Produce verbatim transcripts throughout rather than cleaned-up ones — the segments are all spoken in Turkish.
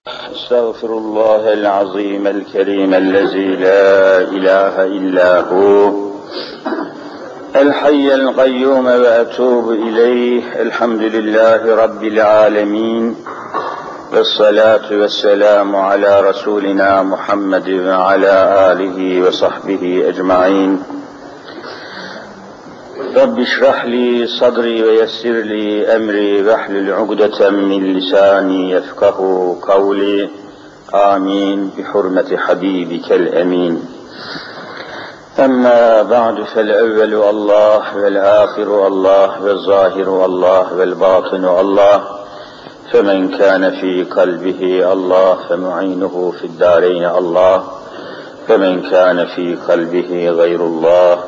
استغفر الله العظيم الكريم الذي لا إله إلا هو الحي القيوم وأتوب إليه. الحمد لله رب العالمين والصلاة والسلام على رسولنا محمد وعلى آله وصحبه أجمعين. رب اشرح لي صدري ويسر لي أمري واحلل عقدة من لساني يفقه قولي. آمين بحرمة حبيبك الأمين. أما بعد فالأول الله والآخر الله والظاهر الله والباطن الله، فمن كان في قلبه الله فمعينه في الدارين الله، فمن كان في قلبه غير الله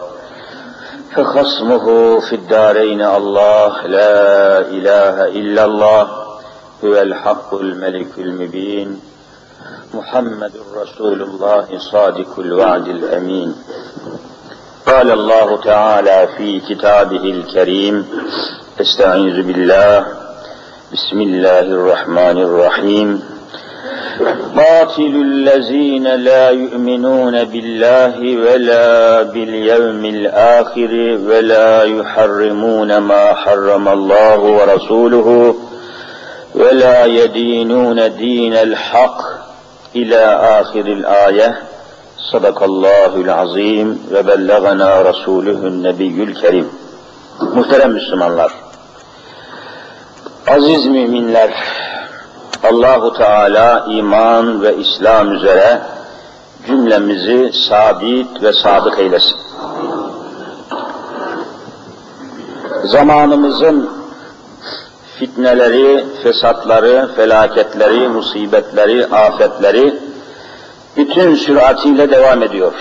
فخصمه في الدارين الله. لا إله إلا الله هو الحق الملك المبين، محمد رسول الله صادق الوعد الأمين. قال الله تعالى في كتابه الكريم: استعيذ بالله، بسم الله الرحمن الرحيم. قاتلوا الذين لا يؤمنون بالله ولا باليوم الآخر ولا يحرمون ما حرم الله ورسوله ولا يدينون دين الحق إلى آخر الآية. صدق الله العظيم ve bellagana Resuluhun Nebiyyül Kerim. Muhterem Müslümanlar, aziz müminler, Allahu Teala iman ve İslam üzere cümlemizi sabit ve sadık eylesin. Zamanımızın fitneleri, fesatları, felaketleri, musibetleri, afetleri bütün süratiyle devam ediyor.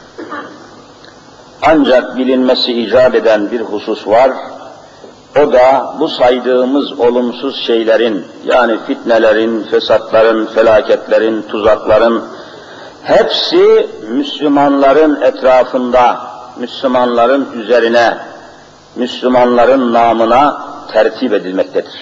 Ancak bilinmesi icap eden bir husus var. O da bu saydığımız olumsuz şeylerin, yani fitnelerin, fesatların, felaketlerin, tuzakların hepsi Müslümanların etrafında, Müslümanların üzerine, Müslümanların namına tertip edilmektedir.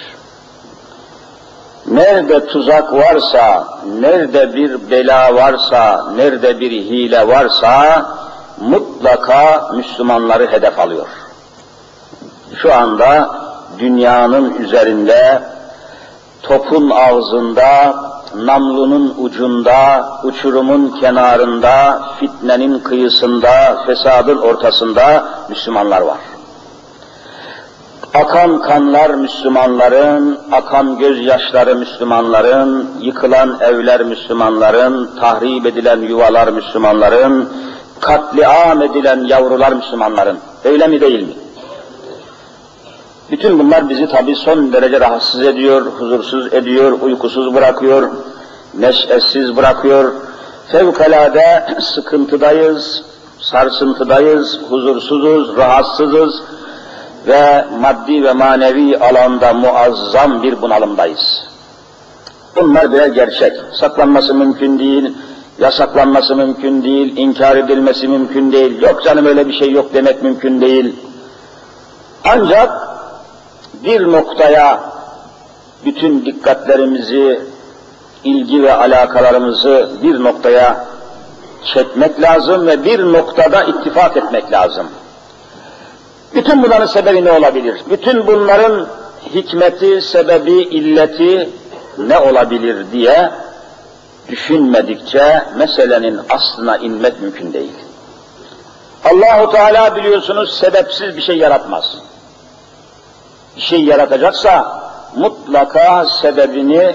Nerede tuzak varsa, nerede bir bela varsa, nerede bir hile varsa mutlaka Müslümanları hedef alıyor. Şu anda dünyanın üzerinde, topun ağzında, namlunun ucunda, uçurumun kenarında, fitnenin kıyısında, fesadın ortasında Müslümanlar var. Akan kanlar Müslümanların, akan gözyaşları Müslümanların, yıkılan evler Müslümanların, tahrip edilen yuvalar Müslümanların, katliam edilen yavrular Müslümanların. Öyle mi değil mi? Bütün bunlar bizi tabii son derece rahatsız ediyor, huzursuz ediyor, uykusuz bırakıyor, neşesiz bırakıyor. Fevkalade sıkıntıdayız, sarsıntıdayız, huzursuzuz, rahatsızız ve maddi ve manevi alanda muazzam bir bunalımdayız. Bunlar birer gerçek. Saklanması mümkün değil, yasaklanması mümkün değil, inkar edilmesi mümkün değil, yok canım öyle bir şey yok demek mümkün değil. Ancak bir noktaya bütün dikkatlerimizi, ilgi ve alakalarımızı bir noktaya çekmek lazım ve bir noktada ittifak etmek lazım. Bütün bunların sebebi ne olabilir? Bütün bunların hikmeti, sebebi, illeti ne olabilir diye düşünmedikçe meselenin aslına inmek mümkün değil. Allahu Teala biliyorsunuz sebepsiz bir şey yaratmaz. Bir şey yaratacaksa mutlaka sebebini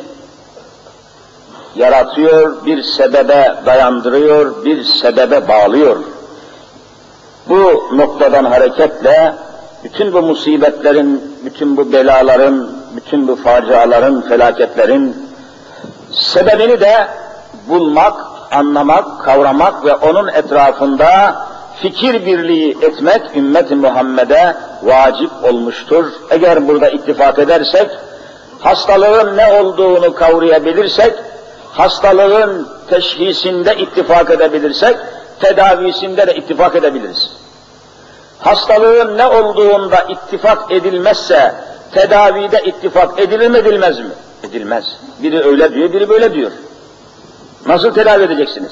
yaratıyor, bir sebebe dayandırıyor, bir sebebe bağlıyor. Bu noktadan hareketle bütün bu musibetlerin, bütün bu belaların, bütün bu faciaların, felaketlerin sebebini de bulmak, anlamak, kavramak ve onun etrafında fikir birliği etmek ümmet-i Muhammed'e vacip olmuştur. Eğer burada ittifak edersek, hastalığın ne olduğunu kavrayabilirsek, hastalığın teşhisinde ittifak edebilirsek, tedavisinde de ittifak edebiliriz. Hastalığın ne olduğunda ittifak edilmezse, tedavide ittifak edilir mi edilmez mi? Edilmez. Biri öyle diyor, biri böyle diyor. Nasıl tedavi edeceksiniz?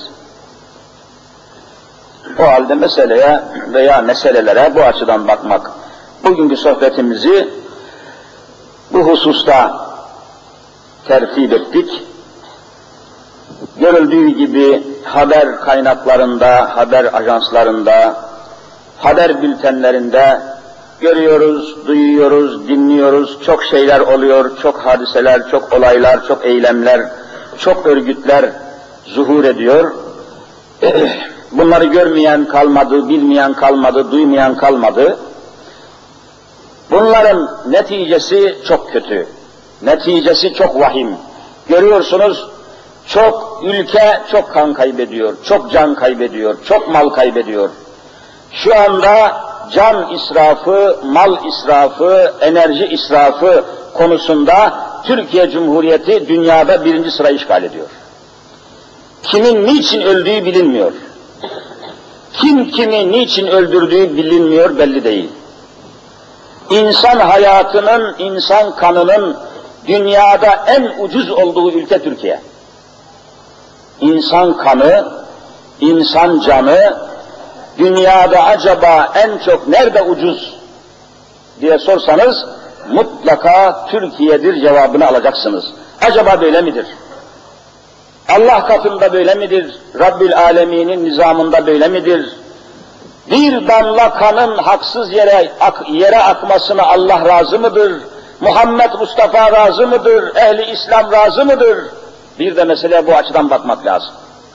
O halde meseleye veya meselelere bu açıdan bakmak. Bugünkü sohbetimizi bu hususta tertip ettik. Görüldüğü gibi haber kaynaklarında, haber ajanslarında, haber bültenlerinde görüyoruz, duyuyoruz, dinliyoruz. Çok şeyler oluyor, çok hadiseler, çok olaylar, çok eylemler, çok örgütler zuhur ediyor. Bunları görmeyen kalmadı, bilmeyen kalmadı, duymayan kalmadı. Bunların neticesi çok kötü. Neticesi çok vahim. Görüyorsunuz, çok ülke çok kan kaybediyor, çok can kaybediyor, çok mal kaybediyor. Şu anda can israfı, mal israfı, enerji israfı konusunda Türkiye Cumhuriyeti dünyada birinci sırayı işgal ediyor. Kimin niçin öldüğü bilinmiyor. Kim kimi niçin öldürdüğü bilinmiyor, belli değil. İnsan hayatının, insan kanının dünyada en ucuz olduğu ülke Türkiye. İnsan kanı, insan canı dünyada acaba en çok nerede ucuz diye sorsanız mutlaka Türkiye'dir cevabını alacaksınız. Acaba böyle midir? Allah katında böyle midir? Rabbül Alemin'in nizamında böyle midir? Bir damla kanın haksız yere ak, yere akmasına Allah razı mıdır? Muhammed Mustafa razı mıdır? Ehli İslam razı mıdır? Bir de meseleye bu açıdan bakmak lazım.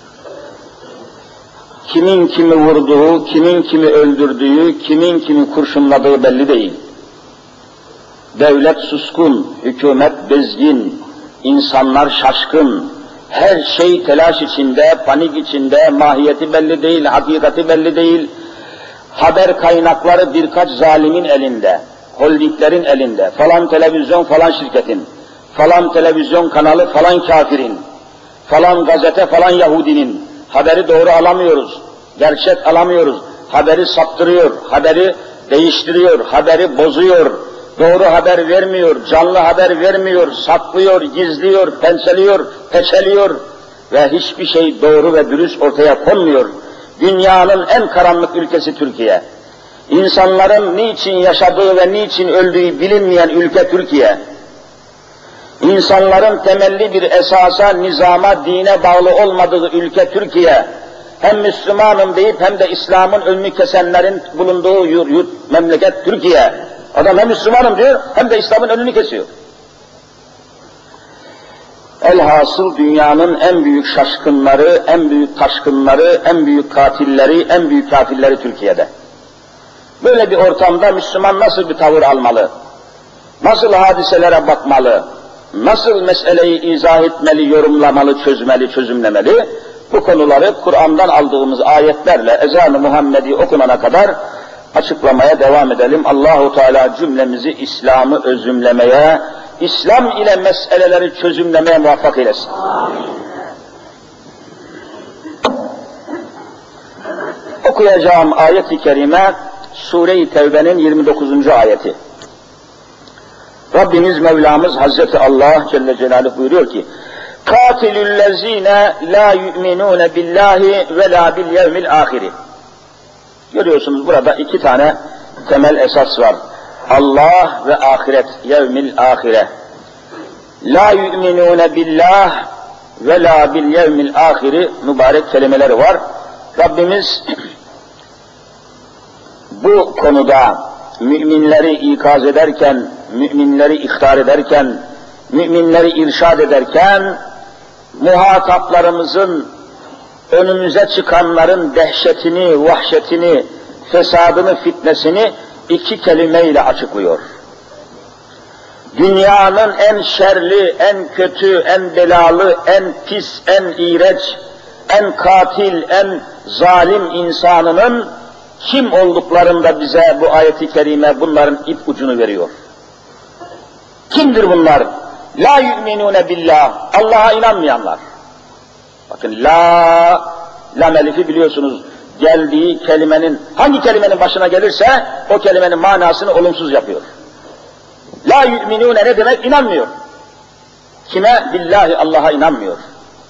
Kimin kimi vurduğu, kimin kimi öldürdüğü, kimin kimi kurşunladığı belli değil. Devlet suskun, hükümet bezgin, insanlar şaşkın, her şey telaş içinde, panik içinde, mahiyeti belli değil, hakikati belli değil. Haber kaynakları birkaç zalimin elinde, holdinglerin elinde, falan televizyon falan şirketin, falan televizyon kanalı falan kafirin, falan gazete falan Yahudinin, haberi doğru alamıyoruz, gerçek alamıyoruz, haberi saptırıyor, haberi değiştiriyor, haberi bozuyor, doğru haber vermiyor, canlı haber vermiyor, saklıyor, gizliyor, penseliyor, peçeliyor ve hiçbir şey doğru ve dürüst ortaya konmuyor. Dünyanın en karanlık ülkesi Türkiye. İnsanların niçin yaşadığı ve niçin öldüğü bilinmeyen ülke Türkiye. İnsanların temelli bir esasa, nizama, dine bağlı olmadığı ülke Türkiye. Hem Müslümanım deyip hem de İslam'ın önünü kesenlerin bulunduğu yurt, yurt memleket Türkiye. Adam hem Müslümanım diyor hem de İslam'ın önünü kesiyor. Elhasıl dünyanın en büyük şaşkınları, en büyük taşkınları, en büyük katilleri, en büyük kafirleri Türkiye'de. Böyle bir ortamda Müslüman nasıl bir tavır almalı? Nasıl hadiselere bakmalı? Nasıl meseleyi izah etmeli, yorumlamalı, çözmeli, çözümlemeli? Bu konuları Kur'an'dan aldığımız ayetlerle ezan-ı Muhammedi okunana kadar açıklamaya devam edelim. Allahu Teala cümlemizi İslam'ı özümlemeye, İslam ile meseleleri çözümlemeye muvaffak eylesin. Okuyacağım ayet-i kerime Sure-i Tevbe'nin yirmi dokuzuncu ayeti. Rabbimiz Mevlamız Hazreti Allah Celle Celaluhu buyuruyor ki: "Katilüllezine la yu'minune billahi ve la bil yevmil ahiri." Görüyorsunuz burada iki tane temel esas var. Allah ve ahiret, yevmil ahire. La yu'minune billah ve la bil yevmil ahiri mübarek kelimeleri var. Rabbimiz bu konuda müminleri ikaz ederken, müminleri ihtar ederken, müminleri irşad ederken, muhataplarımızın önümüze çıkanların dehşetini, vahşetini, fesadını, fitnesini iki kelimeyle açıklıyor. Dünyanın en şerli, en kötü, en belalı, en pis, en iğrenç, en katil, en zalim insanının kim olduklarında bize bu ayet-i kerime bunların ip ucunu veriyor. Kimdir bunlar? La yu'minune billah, Allah'a inanmayanlar. Bakın la, lam elifi biliyorsunuz geldiği kelimenin, hangi kelimenin başına gelirse o kelimenin manasını olumsuz yapıyor. La yu'minune ne demek? İnanmıyor. Kime? Billahi, Allah'a inanmıyor.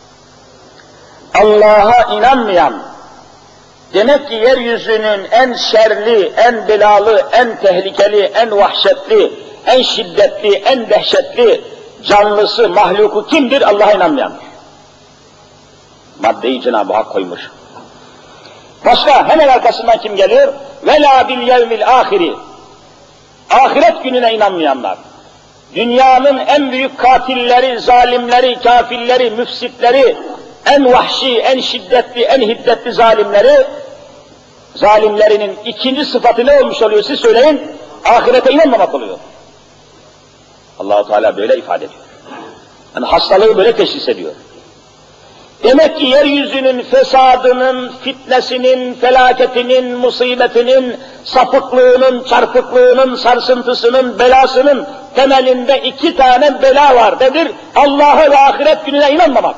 Allah'a inanmayan, demek ki yeryüzünün en şerli, en belalı, en tehlikeli, en vahşetli, en şiddetli, en dehşetli canlısı, mahluku kimdir? Allah'a inanmayan. Maddeyi Cenab-ı Hak koymuş. Başka, hemen arkasından kim geliyor? وَلَا بِالْيَوْمِ الْآخِرِ. Ahiret gününe inanmayanlar. Dünyanın en büyük katilleri, zalimleri, kafirleri, müfsitleri, en vahşi, en şiddetli, en hiddetli zalimleri, zalimlerinin ikinci sıfatı ne olmuş oluyor siz söyleyin? Ahirete inanmamak oluyor. Allah-u Teala böyle ifade ediyor. Yani hastalığı böyle teşhis ediyor. Demek ki yeryüzünün fesadının, fitnesinin, felaketinin, musibetinin, sapıklığının, çarpıklığının, sarsıntısının, belasının temelinde iki tane bela var. Nedir? Allah'a ve ahiret gününe inanmamak.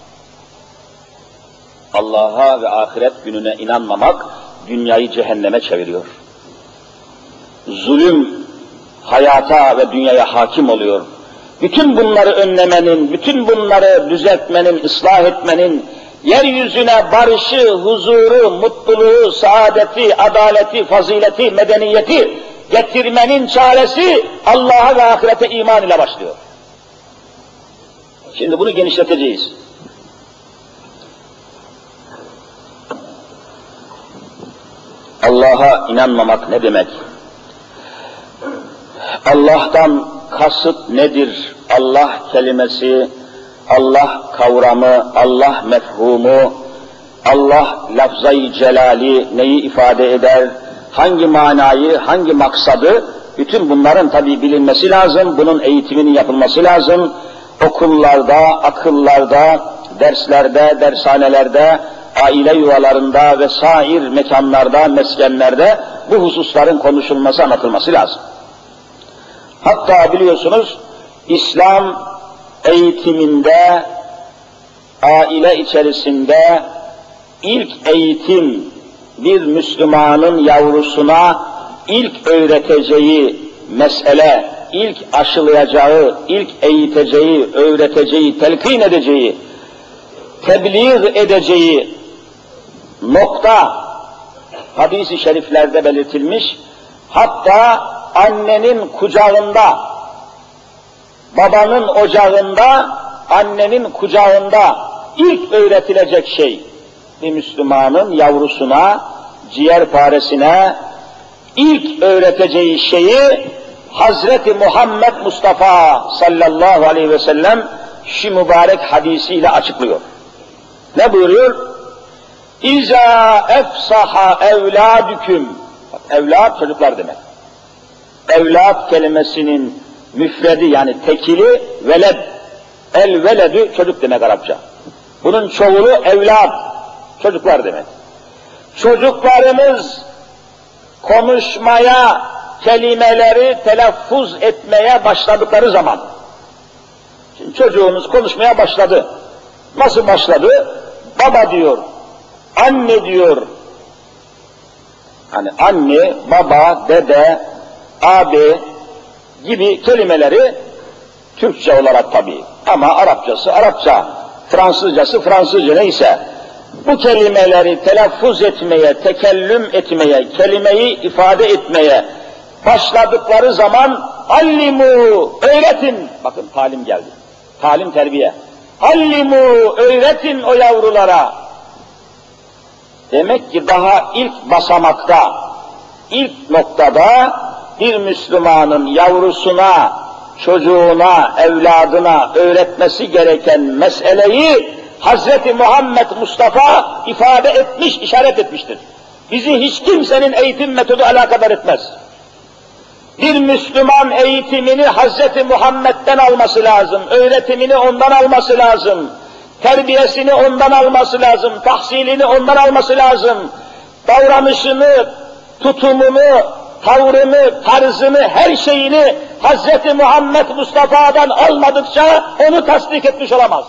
Allah'a ve ahiret gününe inanmamak, dünyayı cehenneme çeviriyor. Zulüm hayata ve dünyaya hakim oluyor. Bütün bunları önlemenin, bütün bunları düzeltmenin, ıslah etmenin, yeryüzüne barışı, huzuru, mutluluğu, saadeti, adaleti, fazileti, medeniyeti getirmenin çaresi Allah'a ve ahirete iman ile başlıyor. Şimdi bunu genişleteceğiz. Allah'a inanmamak ne demek? Allah'tan kasıt nedir? Allah kelimesi, Allah kavramı, Allah mefhumu, Allah lafzayı celali neyi ifade eder? Hangi manayı, hangi maksadı? Bütün bunların tabii bilinmesi lazım, bunun eğitiminin yapılması lazım. Okullarda, akıllarda, derslerde, dershanelerde, aile yuvalarında vesair mekanlarda, meskenlerde bu hususların konuşulması, anlatılması lazım. Hatta biliyorsunuz İslam eğitiminde, aile içerisinde ilk eğitim bir Müslümanın yavrusuna ilk öğreteceği mesele, ilk aşılayacağı, ilk eğiteceği, öğreteceği, telkin edeceği, tebliğ edeceği nokta hadis-i şeriflerde belirtilmiş. Hatta annenin kucağında, babanın ocağında, annenin kucağında ilk öğretilecek şey, bir Müslümanın yavrusuna, ciğerparesine ilk öğreteceği şeyi Hazreti Muhammed Mustafa sallallahu aleyhi ve sellem şu mübarek hadisiyle açıklıyor. Ne buyuruyor? İza efsaha evladüküm. Bak, evlat çocuklar demek. Evlat kelimesinin müfredi yani tekili veled. El veledü çocuk demek Arapça. Bunun çoğulu evlat, çocuklar demek. Çocuklarımız konuşmaya, kelimeleri telaffuz etmeye başladıkları zaman, şimdi çocuğumuz konuşmaya başladı. Nasıl başladı? Baba diyor, anne diyor. Hani anne, baba, dede, abi gibi kelimeleri Türkçe olarak tabii. Ama Arapçası Arapça, Fransızcası Fransızca neyse. Bu kelimeleri telaffuz etmeye, tekellüm etmeye, kelimeyi ifade etmeye başladıkları zaman allimu, öğretin. Bakın talim geldi. Talim, terbiye. Allimu, öğretin o yavrulara. Demek ki daha ilk basamakta, ilk noktada bir Müslümanın yavrusuna, çocuğuna, evladına öğretmesi gereken meseleyi Hazreti Muhammed Mustafa ifade etmiş, işaret etmiştir. Bizi hiç kimsenin eğitim metodu alakadar etmez. Bir Müslüman eğitimini Hazreti Muhammed'den alması lazım, öğretimini ondan alması lazım, terbiyesini ondan alması lazım, tahsilini ondan alması lazım, davranışını, tutumunu, tavrını, tarzını, her şeyini Hazreti Muhammed Mustafa'dan almadıkça onu tasdik etmiş olamaz.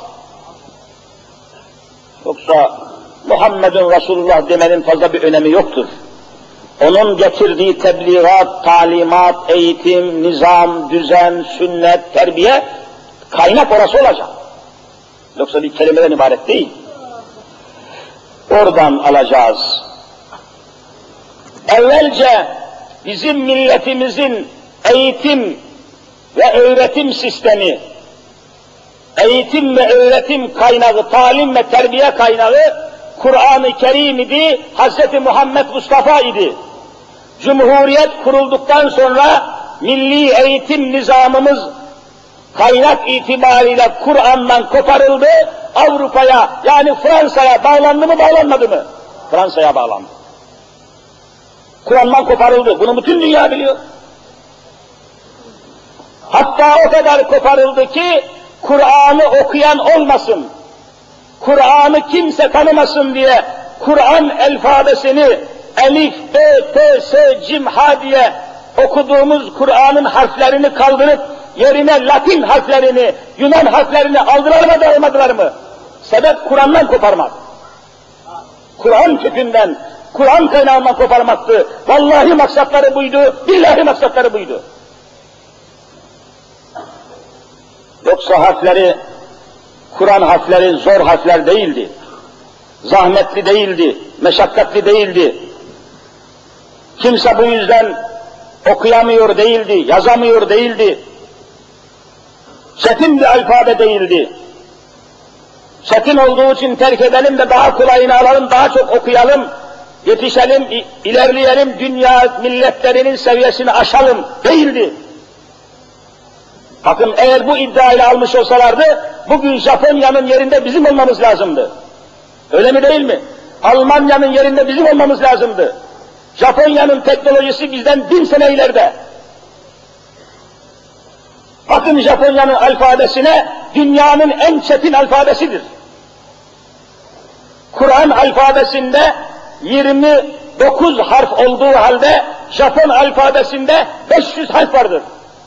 Yoksa Muhammedun Resulullah demenin fazla bir önemi yoktur. Onun getirdiği tebliğat, talimat, eğitim, nizam, düzen, sünnet, terbiye Kaynak orası olacak. Yoksa bir kelimeden ibaret değil. Oradan alacağız. Evvelce bizim milletimizin eğitim ve öğretim sistemi, eğitim ve öğretim kaynağı, talim ve terbiye kaynağı Kur'an-ı Kerim idi, Hazreti Muhammed Mustafa idi. Cumhuriyet kurulduktan sonra milli eğitim nizamımız kaynak itibariyle Kur'an'dan koparıldı, Avrupa'ya yani Fransa'ya bağlandı mı bağlanmadı mı? Fransa'ya bağlandı. Kur'an'dan koparıldı, bunu bütün dünya biliyor. Hatta o kadar koparıldı ki Kur'an'ı okuyan olmasın, Kur'an'ı kimse tanımasın diye Kur'an alfabesini Elif, B, T, S, Cim, H diye okuduğumuz Kur'an'ın harflerini kaldırıp yerine Latin harflerini, Yunan harflerini aldılar mı da almadılar mı? Sebep Kur'an'dan koparmak. Kur'an kökünden, Kur'an kaynağından koparmaktı. Vallahi maksatları buydu, billahi maksatları buydu. Yoksa harfleri, Kur'an harfleri zor harfler değildi. Zahmetli değildi, meşakkatli değildi. Kimse bu yüzden okuyamıyor değildi, yazamıyor değildi. Çetin bir alfabe değildi. Çetin olduğu için terk edelim de daha kolayını alalım, daha çok okuyalım, yetişelim, ilerleyelim, dünya milletlerinin seviyesini aşalım değildi. Bakın eğer bu iddiayla almış olsalardı, bugün Japonya'nın yerinde bizim olmamız lazımdı. Öyle mi değil mi? Almanya'nın yerinde bizim olmamız lazımdı. Japonya'nın teknolojisi bizden bin sene ileride. Bakın Japonya'nın alfabesine, dünyanın en çetin alfabesidir. Kur'an alfabesinde yirmi dokuz harf olduğu halde, Japon alfabesinde beş yüz harf vardır.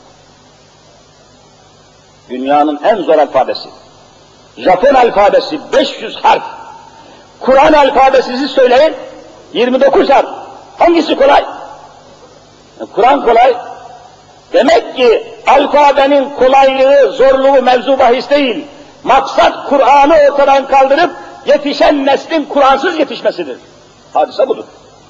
Dünyanın en zor alfabesi. Japon alfabesi beş yüz harf. Kur'an alfabesi söyleyin, yirmi dokuz harf. Hangisi kolay? Kur'an kolay. Demek ki alfabenin kolaylığı, zorluğu mevzu bahis değil. Maksat Kur'an'ı ortadan kaldırıp yetişen neslin Kur'ansız yetişmesidir. Hadise budur.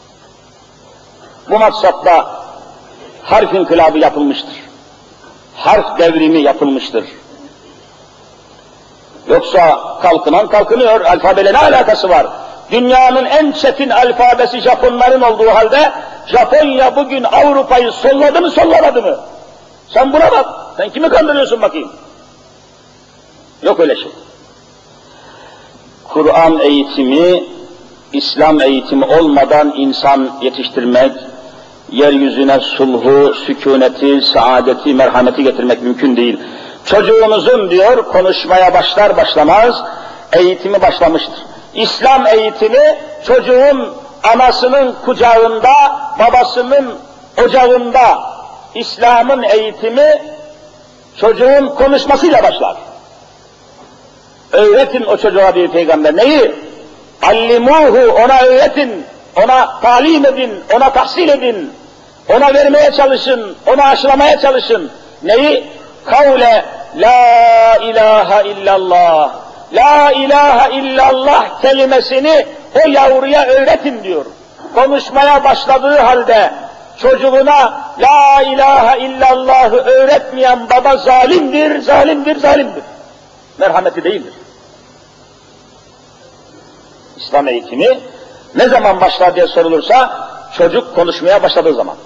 Bu maksatla harf inkılabı yapılmıştır. Harf devrimi yapılmıştır. Yoksa kalkınan kalkınıyor, alfabeyle ne alakası var? Dünyanın en çetin alfabesi Japonların olduğu halde, Japonya bugün Avrupa'yı solladı mı sollamadı mı? Sen buna bak, sen kimi kandırıyorsun bakayım? Yok öyle şey. Kur'an eğitimi, İslam eğitimi olmadan insan yetiştirmek, yeryüzüne sulhu, sükuneti, saadeti, merhameti getirmek mümkün değil. Çocuğunuzun diyor, konuşmaya başlar başlamaz, eğitimi başlamıştır. İslam eğitimi, çocuğun anasının kucağında, babasının ocağında, İslam'ın eğitimi, çocuğun konuşmasıyla başlar. Öğretin o çocuğa bir peygamber. Neyi? Allimuhu, ona öğretin, ona talim edin, ona tahsil edin, ona vermeye çalışın, ona aşılamaya çalışın. Neyi? Kavle, la ilahe illallah, la ilahe illallah kelimesini o yavruya öğretin diyor. Konuşmaya başladığı halde çocuğuna la ilahe illallah'ı öğretmeyen baba zalimdir, zalimdir, zalimdir. Merhameti değildir. İslam eğitimi ne zaman başlar diye sorulursa, çocuk konuşmaya başladığı zaman.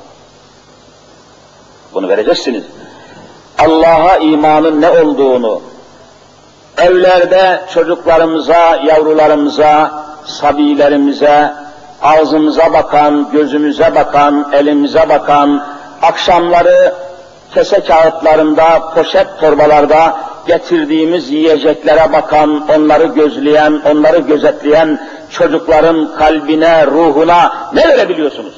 Bunu vereceksiniz. Allah'a imanın ne olduğunu, evlerde çocuklarımıza, yavrularımıza, sabilerimize, ağzımıza bakan, gözümüze bakan, elimize bakan, akşamları kese kağıtlarında, poşet torbalarda getirdiğimiz yiyeceklere bakan, onları gözleyen, onları gözetleyen çocukların kalbine, ruhuna ne verebiliyorsunuz?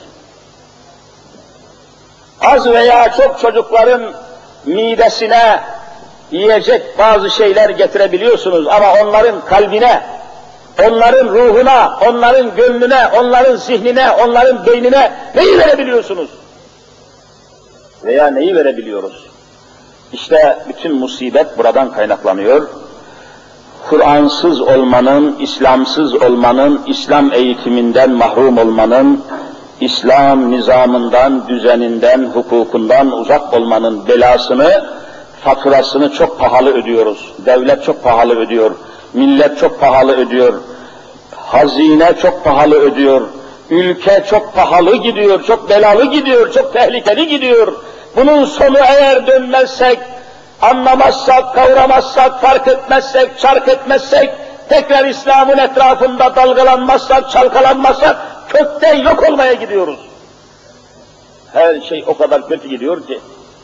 Az veya çok çocukların midesine yiyecek bazı şeyler getirebiliyorsunuz ama onların kalbine, onların ruhuna, onların gönlüne, onların zihnine, onların beynine neyi verebiliyorsunuz? Veya neyi verebiliyoruz? İşte bütün musibet buradan kaynaklanıyor. Kur'ansız olmanın, İslamsız olmanın, İslam eğitiminden mahrum olmanın, İslam nizamından, düzeninden, hukukundan uzak olmanın belasını, faturasını çok pahalı ödüyoruz. Devlet çok pahalı ödüyor, millet çok pahalı ödüyor, hazine çok pahalı ödüyor, ülke çok pahalı gidiyor, çok belalı gidiyor, çok tehlikeli gidiyor. Bunun sonu eğer dönmezsek, anlamazsak, kavramazsak, fark etmezsek, çark etmezsek, tekrar İslam'ın etrafında dalgalanmazsak, çalkalanmazsak, kökten yok olmaya gidiyoruz. Her şey o kadar kötü gidiyor ki.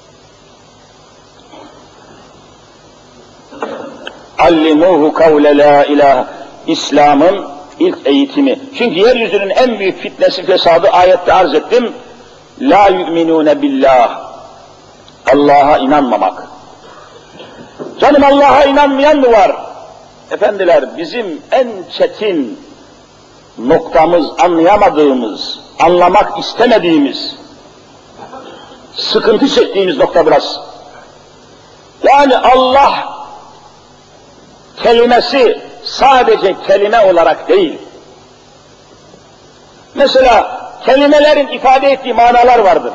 Allimuhu kavle la ilahe. İslam'ın ilk eğitimi. Çünkü yeryüzünün en büyük fitnesi, fesadı ayette arz ettim. La yu'minune billah. Allah'a inanmamak. Canım Allah'a inanmayan mı var? Efendiler, bizim en çetin noktamız, anlayamadığımız, anlamak istemediğimiz, sıkıntı çektiğimiz nokta burası. Yani Allah kelimesi sadece kelime olarak değil. Mesela kelimelerin ifade ettiği manalar vardır.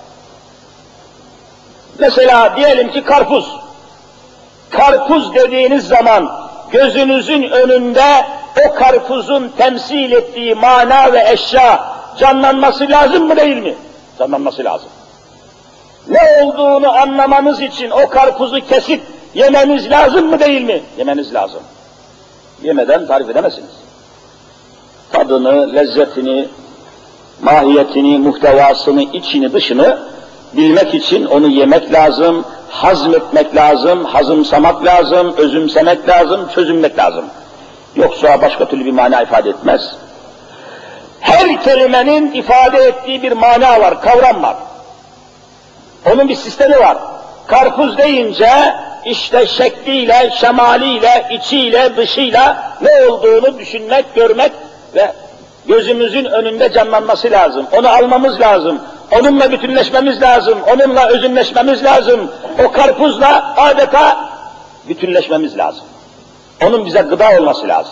Mesela diyelim ki karpuz. Karpuz dediğiniz zaman gözünüzün önünde o karpuzun temsil ettiği mana ve eşya canlanması lazım mı değil mi? Canlanması lazım. Ne olduğunu anlamanız için o karpuzu kesip yemeniz lazım mı değil mi? Yemeniz lazım. Yemeden tarif edemezsiniz. Tadını, lezzetini, mahiyetini, muhtevasını, içini, dışını bilmek için onu yemek lazım, hazmetmek lazım, hazımsamak lazım, özümsemek lazım, çözümlemek lazım. Yoksa başka türlü bir mana ifade etmez. Her kelimenin ifade ettiği bir mana var, kavram var. Onun bir sistemi var. Karpuz deyince işte şekliyle, şemaliyle, içiyle, dışıyla ne olduğunu düşünmek, görmek ve gözümüzün önünde canlanması lazım. Onu almamız lazım. Onunla bütünleşmemiz lazım. Onunla özünleşmemiz lazım. O karpuzla adeta bütünleşmemiz lazım. Onun bize gıda olması lazım.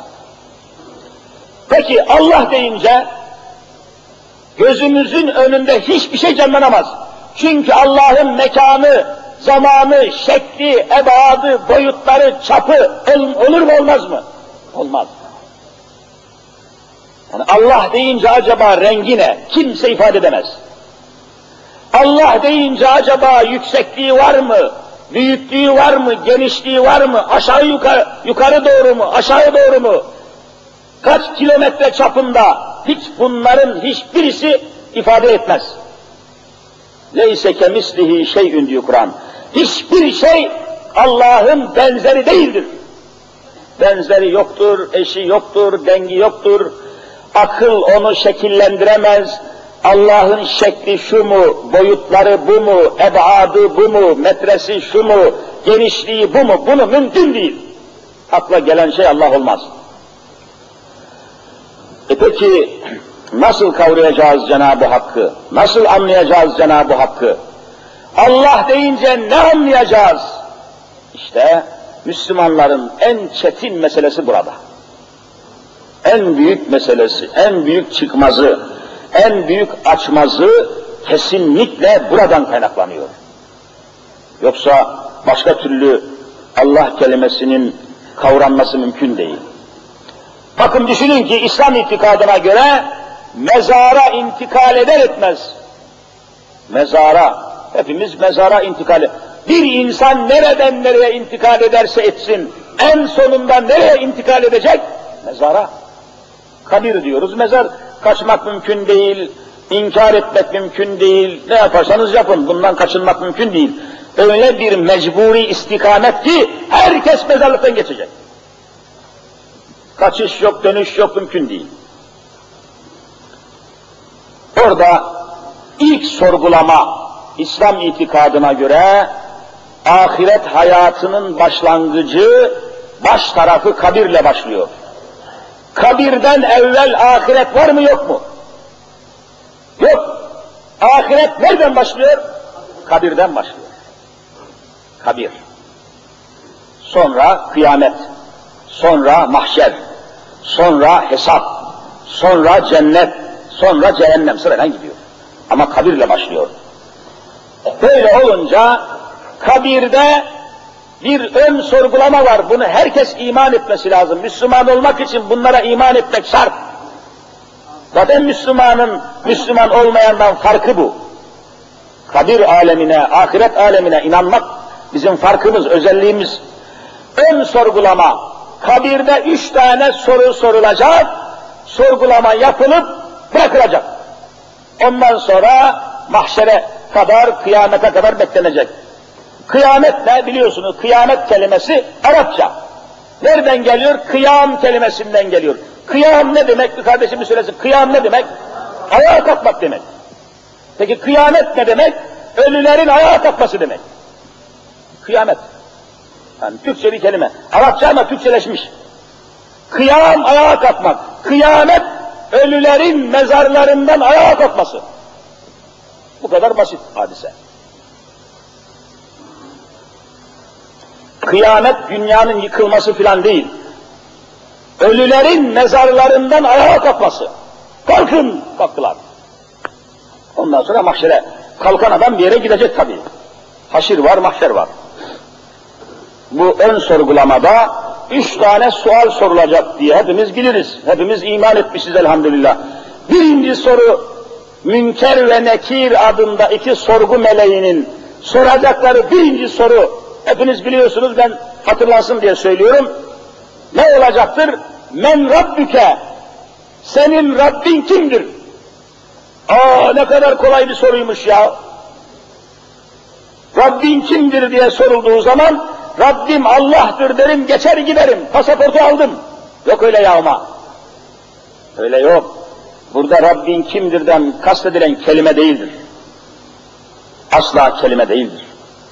Peki Allah deyince gözümüzün önünde hiçbir şey canlanamaz. Çünkü Allah'ın mekanı, zamanı, şekli, ebadı, boyutları, çapı olur mu olmaz mı? Olmaz. Yani Allah deyince acaba rengi ne? Kimse ifade edemez. Allah deyince acaba yüksekliği var mı? Büyüklüğü var mı? Genişliği var mı? Aşağı yukarı, yukarı doğru mu? Aşağı doğru mu? Kaç kilometre çapında? Hiç bunların hiçbirisi ifade etmez. Leyse kemislihi şey'ün diyor Kur'an. Hiçbir şey Allah'ın benzeri değildir. Benzeri yoktur, eşi yoktur, dengi yoktur. Akıl onu şekillendiremez. Allah'ın şekli şu mu, boyutları bu mu, ebadı bu mu, metresi şu mu, genişliği bu mu? Bunu mümkün değil. Akla gelen şey Allah olmaz. E peki nasıl kavrayacağız Cenab-ı Hakk'ı? Nasıl anlayacağız Cenab-ı Hakk'ı? Allah deyince ne anlayacağız? İşte Müslümanların en çetin meselesi burada. En büyük meselesi, en büyük çıkmazı, en büyük açmazı kesinlikle buradan kaynaklanıyor. Yoksa başka türlü Allah kelimesinin kavranması mümkün değil. Bakın düşünün ki İslam itikadına göre mezara intikal eder etmez. Mezara, hepimiz mezara intikal eder. Bir insan nereden nereye intikal ederse etsin, en sonunda nereye intikal edecek? Mezara. Kabir diyoruz, mezar. Kaçmak mümkün değil, inkar etmek mümkün değil, ne yaparsanız yapın, bundan kaçınmak mümkün değil. Öyle bir mecburi istikamet ki herkes mezarlıktan geçecek. Kaçış yok, dönüş yok, mümkün değil. Orada ilk sorgulama İslam itikadına göre ahiret hayatının başlangıcı, baş tarafı kabirle başlıyor. Kabirden evvel ahiret var mı yok mu? Yok. Ahiret nereden başlıyor? Kabirden başlıyor. Kabir. Sonra kıyamet. Sonra mahşer. Sonra hesap. Sonra cennet. Sonra cehennem sırayla gidiyor. Ama kabirle başlıyor. Böyle olunca kabirde bir ön sorgulama var. Bunu herkes iman etmesi lazım. Müslüman olmak için bunlara iman etmek şart. Zaten Müslümanın Müslüman olmayandan farkı bu. Kabir alemine, ahiret alemine inanmak bizim farkımız, özelliğimiz. Ön sorgulama. Kabirde üç tane soru sorulacak, sorgulama yapılıp bırakılacak. Ondan sonra mahşere kadar, kıyamete kadar beklenecek. Kıyamet ne biliyorsunuz? Kıyamet kelimesi Arapça. Nereden geliyor? Kıyam kelimesinden geliyor. Kıyam ne demek? Bir kardeşimiz söylesin. Kıyam ne demek? Ayağa kalkmak demek. Peki kıyamet ne demek? Ölülerin ayağa kalkması demek. Kıyamet. Yani Türkçe bir kelime. Arapça ama Türkçeleşmiş. Kıyam ayağa kalkmak. Kıyamet ölülerin mezarlarından ayağa kalkması. Bu kadar basit hadise. Kıyamet dünyanın yıkılması filan değil. Ölülerin mezarlarından ayağa kalkması. Kalkın! Kalktılar. Ondan sonra mahşere. Kalkan adam bir yere gidecek tabii. Haşir var, mahşer var. Bu ön sorgulamada üç tane sual sorulacak diye hepimiz biliriz. Hepimiz iman etmişiz elhamdülillah. Birinci soru, Münker ve Nekir adında iki sorgu meleğinin soracakları birinci soru, hepiniz biliyorsunuz, ben hatırlansın diye söylüyorum. Ne olacaktır? Men Rabbüke, senin Rabbin kimdir? Aa, ne kadar kolay bir soruymuş ya. Rabbin kimdir diye sorulduğu zaman, Rabbim Allah'tır derim, geçer giderim, pasaportu aldım. Yok öyle yağma. Öyle yok. Burada Rabbin kimdirden kastedilen kelime değildir. Asla kelime değildir.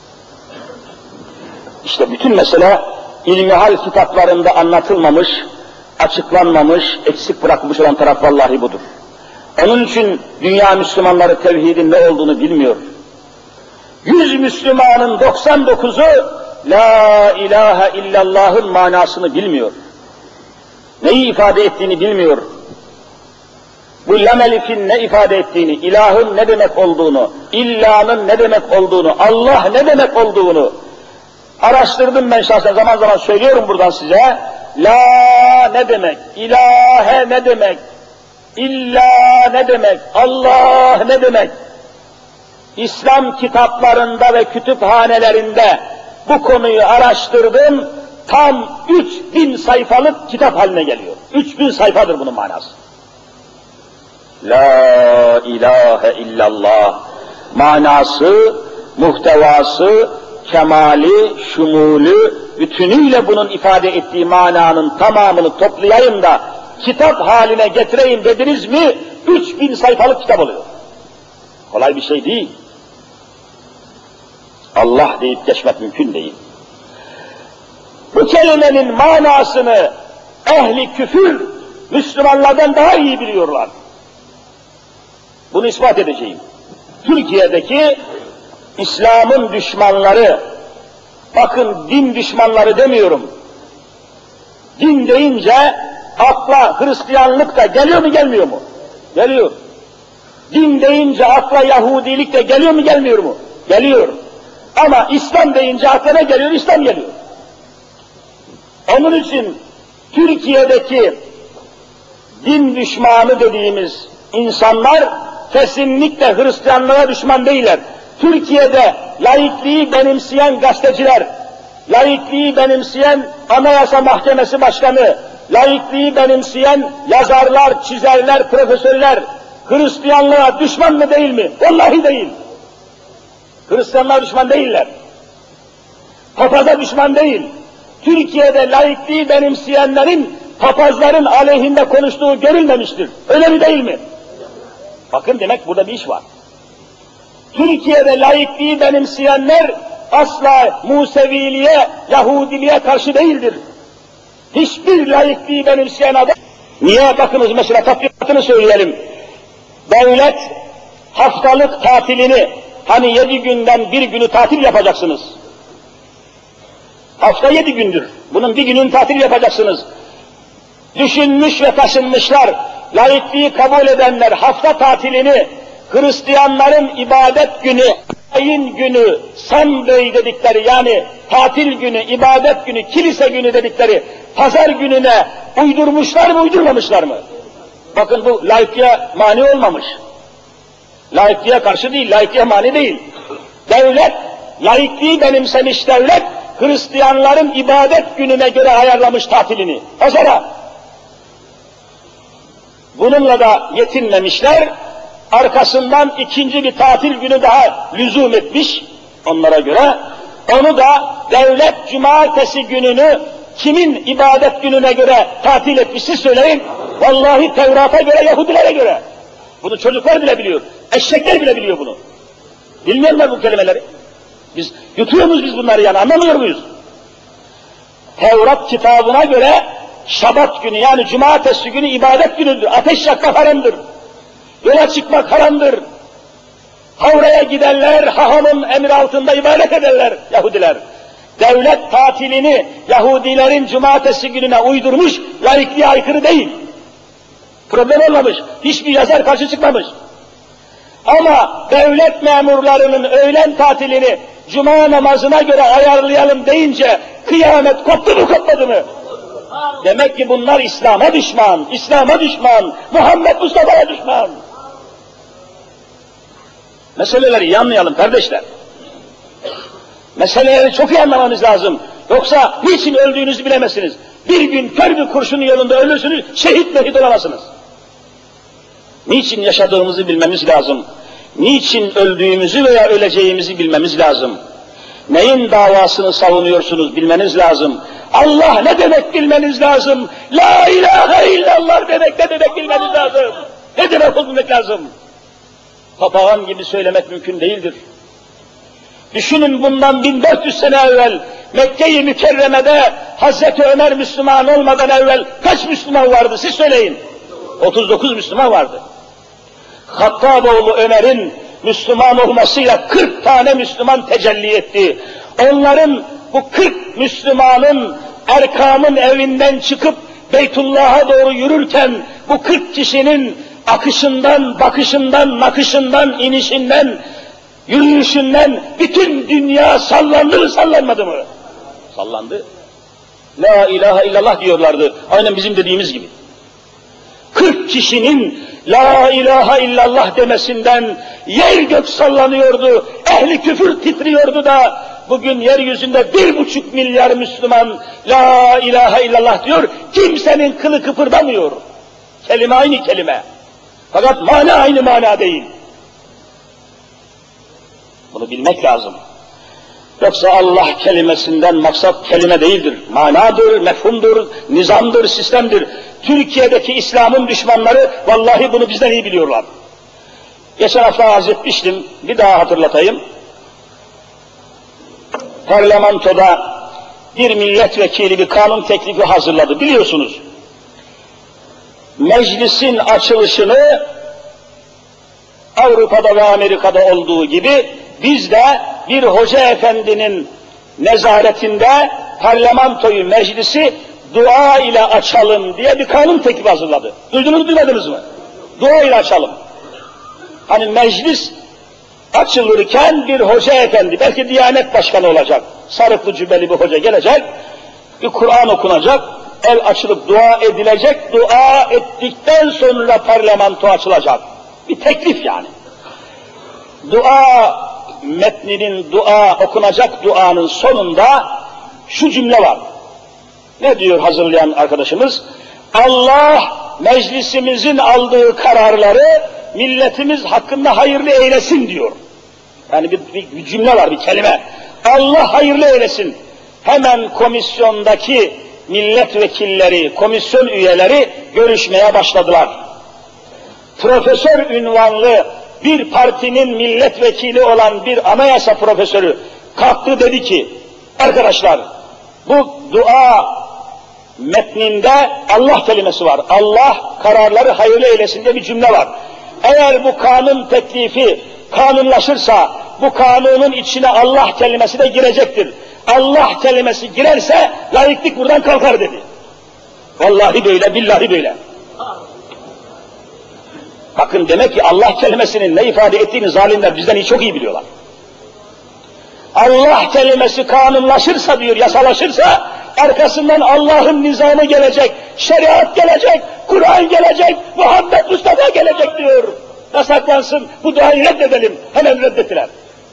İşte bütün mesele ilmihal kitaplarında anlatılmamış, açıklanmamış, eksik bırakmış olan taraf vallahi budur. Onun için dünya Müslümanları tevhidin ne olduğunu bilmiyor. Yüz Müslümanın doksan dokuzu La ilahe illallah'ın manasını bilmiyor. Neyi ifade ettiğini bilmiyor. Bu lam elifin ne ifade ettiğini, ilahın ne demek olduğunu, illanın ne demek olduğunu, Allah ne demek olduğunu araştırdım ben şahsen, zaman zaman söylüyorum buradan size. La ne demek, ilahe ne demek, illa ne demek, Allah ne demek? İslam kitaplarında ve kütüphanelerinde bu konuyu araştırdım, tam üç bin sayfalık kitap haline geliyor. Üç bin sayfadır bunun manası. La ilahe illallah manası, muhtevası, kemali, şumulü, bütünüyle bunun ifade ettiği mananın tamamını toplayayım da kitap haline getireyim dediniz mi, üç bin sayfalık kitap oluyor. Kolay bir şey değil. Allah deyip geçmek mümkün değil. Bu kelimenin manasını ehli küfür Müslümanlardan daha iyi biliyorlar. Bunu ispat edeceğim. Türkiye'deki İslam'ın düşmanları, bakın din düşmanları demiyorum. Din deyince akla Hristiyanlık da geliyor mu gelmiyor mu? Geliyor. Din deyince akla Yahudilik de geliyor mu gelmiyor mu? Geliyor. Ama İslam deyince akla ne geliyor? İslam geliyor. Onun için Türkiye'deki din düşmanı dediğimiz insanlar kesinlikle Hristiyanlığa düşman değiller. Türkiye'de laikliği benimseyen gazeteciler, laikliği benimseyen Anayasa Mahkemesi Başkanı, laikliği benimseyen yazarlar, çizerler, profesörler Hristiyanlığa düşman mı değil mi? Vallahi değil. Hristiyanlığa düşman değiller. Papaza düşman değil. Türkiye'de laikliği benimseyenlerin papazların aleyhinde konuştuğu görülmemiştir. Öyle mi değil mi? Bakın demek burada bir iş var. Türkiye'de laikliği benimseyenler asla Museviliğe, Yahudiliğe karşı değildir. Hiçbir laikliği benimseyen adam... Niye? Bakınız mesela tatbikatını söyleyelim. Devlet haftalık tatilini, hani yedi günden bir günü tatil yapacaksınız. Hafta yedi gündür. Bunun bir günün tatil yapacaksınız. Düşünmüş ve taşınmışlar, laikliği kabul edenler hafta tatilini Hristiyanların ibadet günü, ayin günü, Sunday dedikleri yani tatil günü, ibadet günü, kilise günü dedikleri pazar gününe uydurmuşlar mı, uydurmamışlar mı? Bakın bu laikliğe mani olmamış. Laikliğe karşı değil, laikliğe mani değil. Devlet, laikliği benimsemiş devlet, Hristiyanların ibadet gününe göre ayarlamış tatilini, pazara. Bununla da yetinmemişler, arkasından ikinci bir tatil günü daha lüzum etmiş onlara göre. Onu da devlet cumartesi gününü kimin ibadet gününe göre tatil etmişse söyleyin. Vallahi Tevrat'a göre, Yahudilere göre. Bunu çocuklar bile biliyor, eşekler bile biliyor bunu. Bilmiyorlar bu kelimeleri. Biz yutuyor muyuz biz bunları yani, anlamıyor muyuz? Tevrat kitabına göre Şabat günü yani cumartesi günü ibadet günüdür. Ateş yakmak haramdır. Yola çıkmak haramdır. Havraya giderler, hahamın emri altında ibadet ederler Yahudiler. Devlet tatilini Yahudilerin cumartesi gününe uydurmuş, laikliğe aykırı değil. Problem olmamış, hiçbir yazar karşı çıkmamış. Ama devlet memurlarının öğlen tatilini cuma namazına göre ayarlayalım deyince kıyamet koptu mu kopmadı mı? Demek ki bunlar İslam'a düşman, İslam'a düşman, Muhammed Mustafa'ya düşman. Meseleleri iyi anlayalım kardeşler. Meseleleri çok iyi anlamanız lazım. Yoksa niçin öldüğünüzü bilemezsiniz. Bir gün kör bir kurşunun yolunda ölürsünüz, şehit mehit olamazsınız. Niçin yaşadığımızı bilmemiz lazım. Niçin öldüğümüzü veya öleceğimizi bilmemiz lazım. Neyin davasını savunuyorsunuz bilmeniz lazım. Allah ne demek bilmeniz lazım. La ilahe illallah demek ne demek bilmeniz lazım. Ne demek bilmek lazım. Papağan gibi söylemek mümkün değildir. Düşünün bundan bin dört yüz sene evvel Mekke-i Mükerreme'de Hazreti Ömer Müslüman olmadan evvel kaç Müslüman vardı siz söyleyin. otuz dokuz Müslüman vardı. Hattaboğlu Ömer'in Müslüman olmasıyla kırk tane Müslüman tecelli etti. Onların bu kırk Müslümanın Erkam'ın evinden çıkıp Beytullah'a doğru yürürken bu kırk kişinin akışından, bakışından, nakışından, inişinden, yürüyüşünden bütün dünya sallandı mı sallanmadı mı? Sallandı. La ilahe illallah diyorlardı. Aynen bizim dediğimiz gibi. kırk kişinin La ilahe illallah demesinden yer gök sallanıyordu, ehli küfür titriyordu da bugün yeryüzünde bir buçuk milyar Müslüman La ilahe illallah diyor, kimsenin kılı kıpırdamıyor. Kelime aynı kelime. Fakat mana aynı mana değil. Bunu bilmek lazım. Yoksa Allah kelimesinden maksat kelime değildir. Manadır, mefhumdur, nizamdır, sistemdir. Türkiye'deki İslam'ın düşmanları vallahi bunu bizden iyi biliyorlar. Geçen hafta arz etmiştim, bir daha hatırlatayım. Parlamentoda bir milletvekili bir kanun teklifi hazırladı, biliyorsunuz. Meclisin açılışını Avrupa'da ve Amerika'da olduğu gibi biz de bir hoca efendinin nezaretinde parlamentoyu, meclisi dua ile açalım diye bir kanun teklifi hazırladı. Duydunuz mu, duymadınız mı? Dua ile açalım. Hani meclis açılırken bir hoca efendi, belki Diyanet Başkanı olacak, sarıklı cübbeli bir hoca gelecek, bir Kur'an okunacak, el açılıp dua edilecek, dua ettikten sonra parlamento açılacak. Bir teklif yani. Dua metninin, dua okunacak duanın sonunda şu cümle var. Ne diyor hazırlayan arkadaşımız? Allah meclisimizin aldığı kararları milletimiz hakkında hayırlı eylesin diyor. Yani bir, bir, bir cümle var, bir kelime. Allah hayırlı eylesin. Hemen komisyondaki milletvekilleri, komisyon üyeleri görüşmeye başladılar. Profesör ünvanlı bir partinin milletvekili olan bir anayasa profesörü kalktı, dedi ki, arkadaşlar bu dua metninde Allah kelimesi var. Allah kararları hayırlı eylesin diye bir cümle var. Eğer bu kanun teklifi kanunlaşırsa bu kanunun içine Allah kelimesi de girecektir. Allah kelimesi girerse laiklik buradan kalkar dedi. Vallahi böyle, billahi böyle. Bakın demek ki Allah kelimesinin ne ifade ettiğini zalimler bizden iyi çok iyi biliyorlar. Allah kelimesi kanunlaşırsa diyor, yasalaşırsa arkasından Allah'ın nizamı gelecek, şeriat gelecek, Kur'an gelecek, Muhammed Mustafa gelecek diyor. Yasaklansın, bu duayı reddedelim. Hemen reddettiler.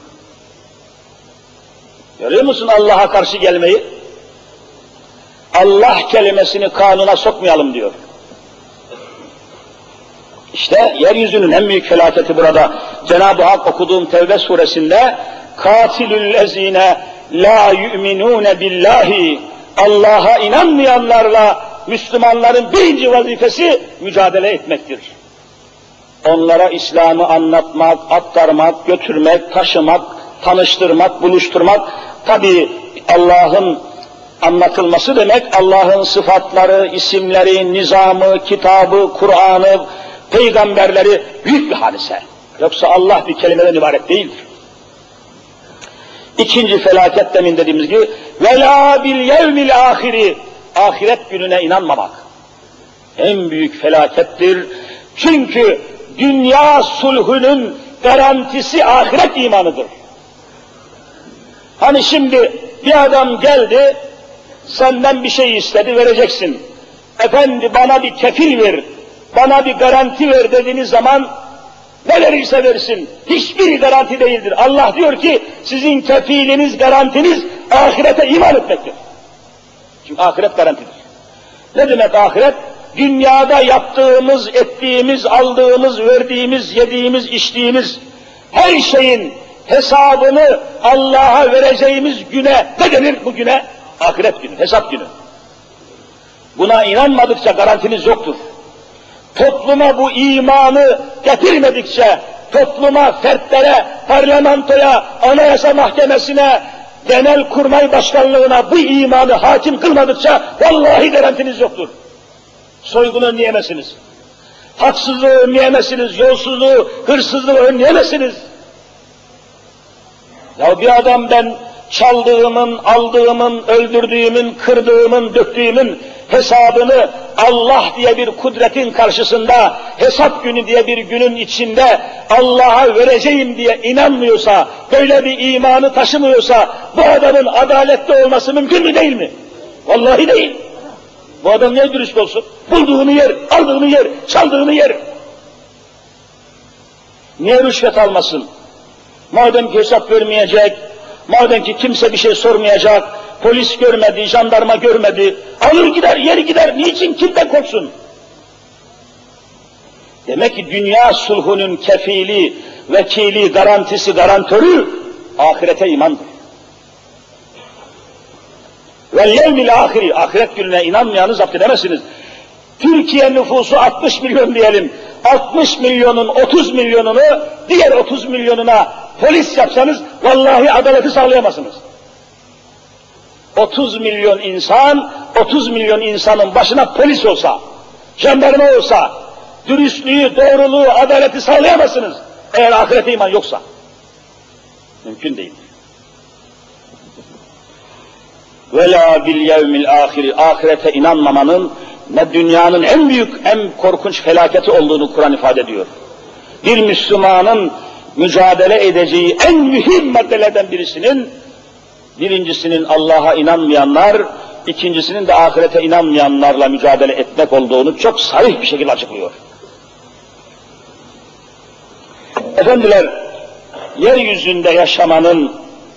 Görüyor musun Allah'a karşı gelmeyi? Allah kelimesini kanuna sokmayalım diyor. İşte yeryüzünün en büyük felaketi burada. Cenab-ı Hak okuduğum Tevbe suresinde katilüllezine la yu'minune billahi, Allah'a inanmayanlarla Müslümanların birinci vazifesi mücadele etmektir. Onlara İslam'ı anlatmak, aktarmak, götürmek, taşımak, tanıştırmak, buluşturmak, tabi Allah'ın anlatılması demek, Allah'ın sıfatları, isimleri, nizamı, kitabı, Kur'an'ı, peygamberleri büyük bir hadise. Yoksa Allah bir kelimeden ibaret değildir. İkinci felaket demin dediğimiz gibi وَلَا بِالْيَوْمِ الْآخِرِ, ahiret gününe inanmamak en büyük felakettir. Çünkü dünya sulhünün garantisi ahiret imanıdır. Hani şimdi bir adam geldi, senden bir şey istedi, vereceksin. Efendi bana bir kefil ver, bana bir garanti ver dediğiniz zaman ne verirse versin, hiçbiri garanti değildir. Allah diyor ki sizin kefiliniz, garantiniz ahirete iman etmektir. Çünkü ahiret garantidir. Ne demek ahiret? Dünyada yaptığımız, ettiğimiz, aldığımız, verdiğimiz, yediğimiz, içtiğimiz her şeyin hesabını Allah'a vereceğimiz güne ne denir bu güne? Ahiret günü, hesap günü. Buna inanmadıkça garantiniz yoktur. Topluma bu imanı getirmedikçe, topluma, fertlere, parlamentoya, anayasa mahkemesine, genel kurmay başkanlığına bu imanı hakim kılmadıkça vallahi garantiniz yoktur. Soygunu önleyemezsiniz. Haksızlığı önleyemezsiniz, yolsuzluğu, hırsızlığı önleyemezsiniz. Ya bir adam ben çaldığımın, aldığımın, öldürdüğümün, kırdığımın, döktüğümün hesabını Allah diye bir kudretin karşısında, hesap günü diye bir günün içinde Allah'a vereceğim diye inanmıyorsa, böyle bir imanı taşımıyorsa, bu adamın adaletli olması mümkün mü değil mi? Vallahi değil. Bu adam niye dürüst olsun? Bulduğunu yer, aldığını yer, çaldığını yer. Niye rüşvet almasın? Madem ki hesap vermeyecek, madem ki kimse bir şey sormayacak, polis görmedi, jandarma görmedi, alır gider, yeri gider, niçin, kimden korksun? Demek ki dünya sulhunun kefili, vekili, garantisi, garantörü ahirete imandır. Vel yevmil ahiri, ahiret gününe inanmayanı zapt edemezsiniz. Türkiye nüfusu altmış milyon diyelim, altmış milyonun otuz milyonunu diğer otuz milyonuna polis yapsanız vallahi adaleti sağlayamazsınız. otuz milyon insan, otuz milyon insanın başına polis olsa, jandarma olsa, dürüstlüğü, doğruluğu, adaleti sağlayamazsınız. Eğer ahirete iman yoksa. Mümkün değil. وَلَا بِالْيَوْمِ الْآخِرِ, ahirete inanmamanın ne dünyanın en büyük, en korkunç felaketi olduğunu Kur'an ifade ediyor. Bir Müslümanın mücadele edeceği en mühim maddelerden birisinin, birincisinin Allah'a inanmayanlar, ikincisinin de ahirete inanmayanlarla mücadele etmek olduğunu çok sarih bir şekilde açıklıyor. Efendiler, yeryüzünde yaşamanın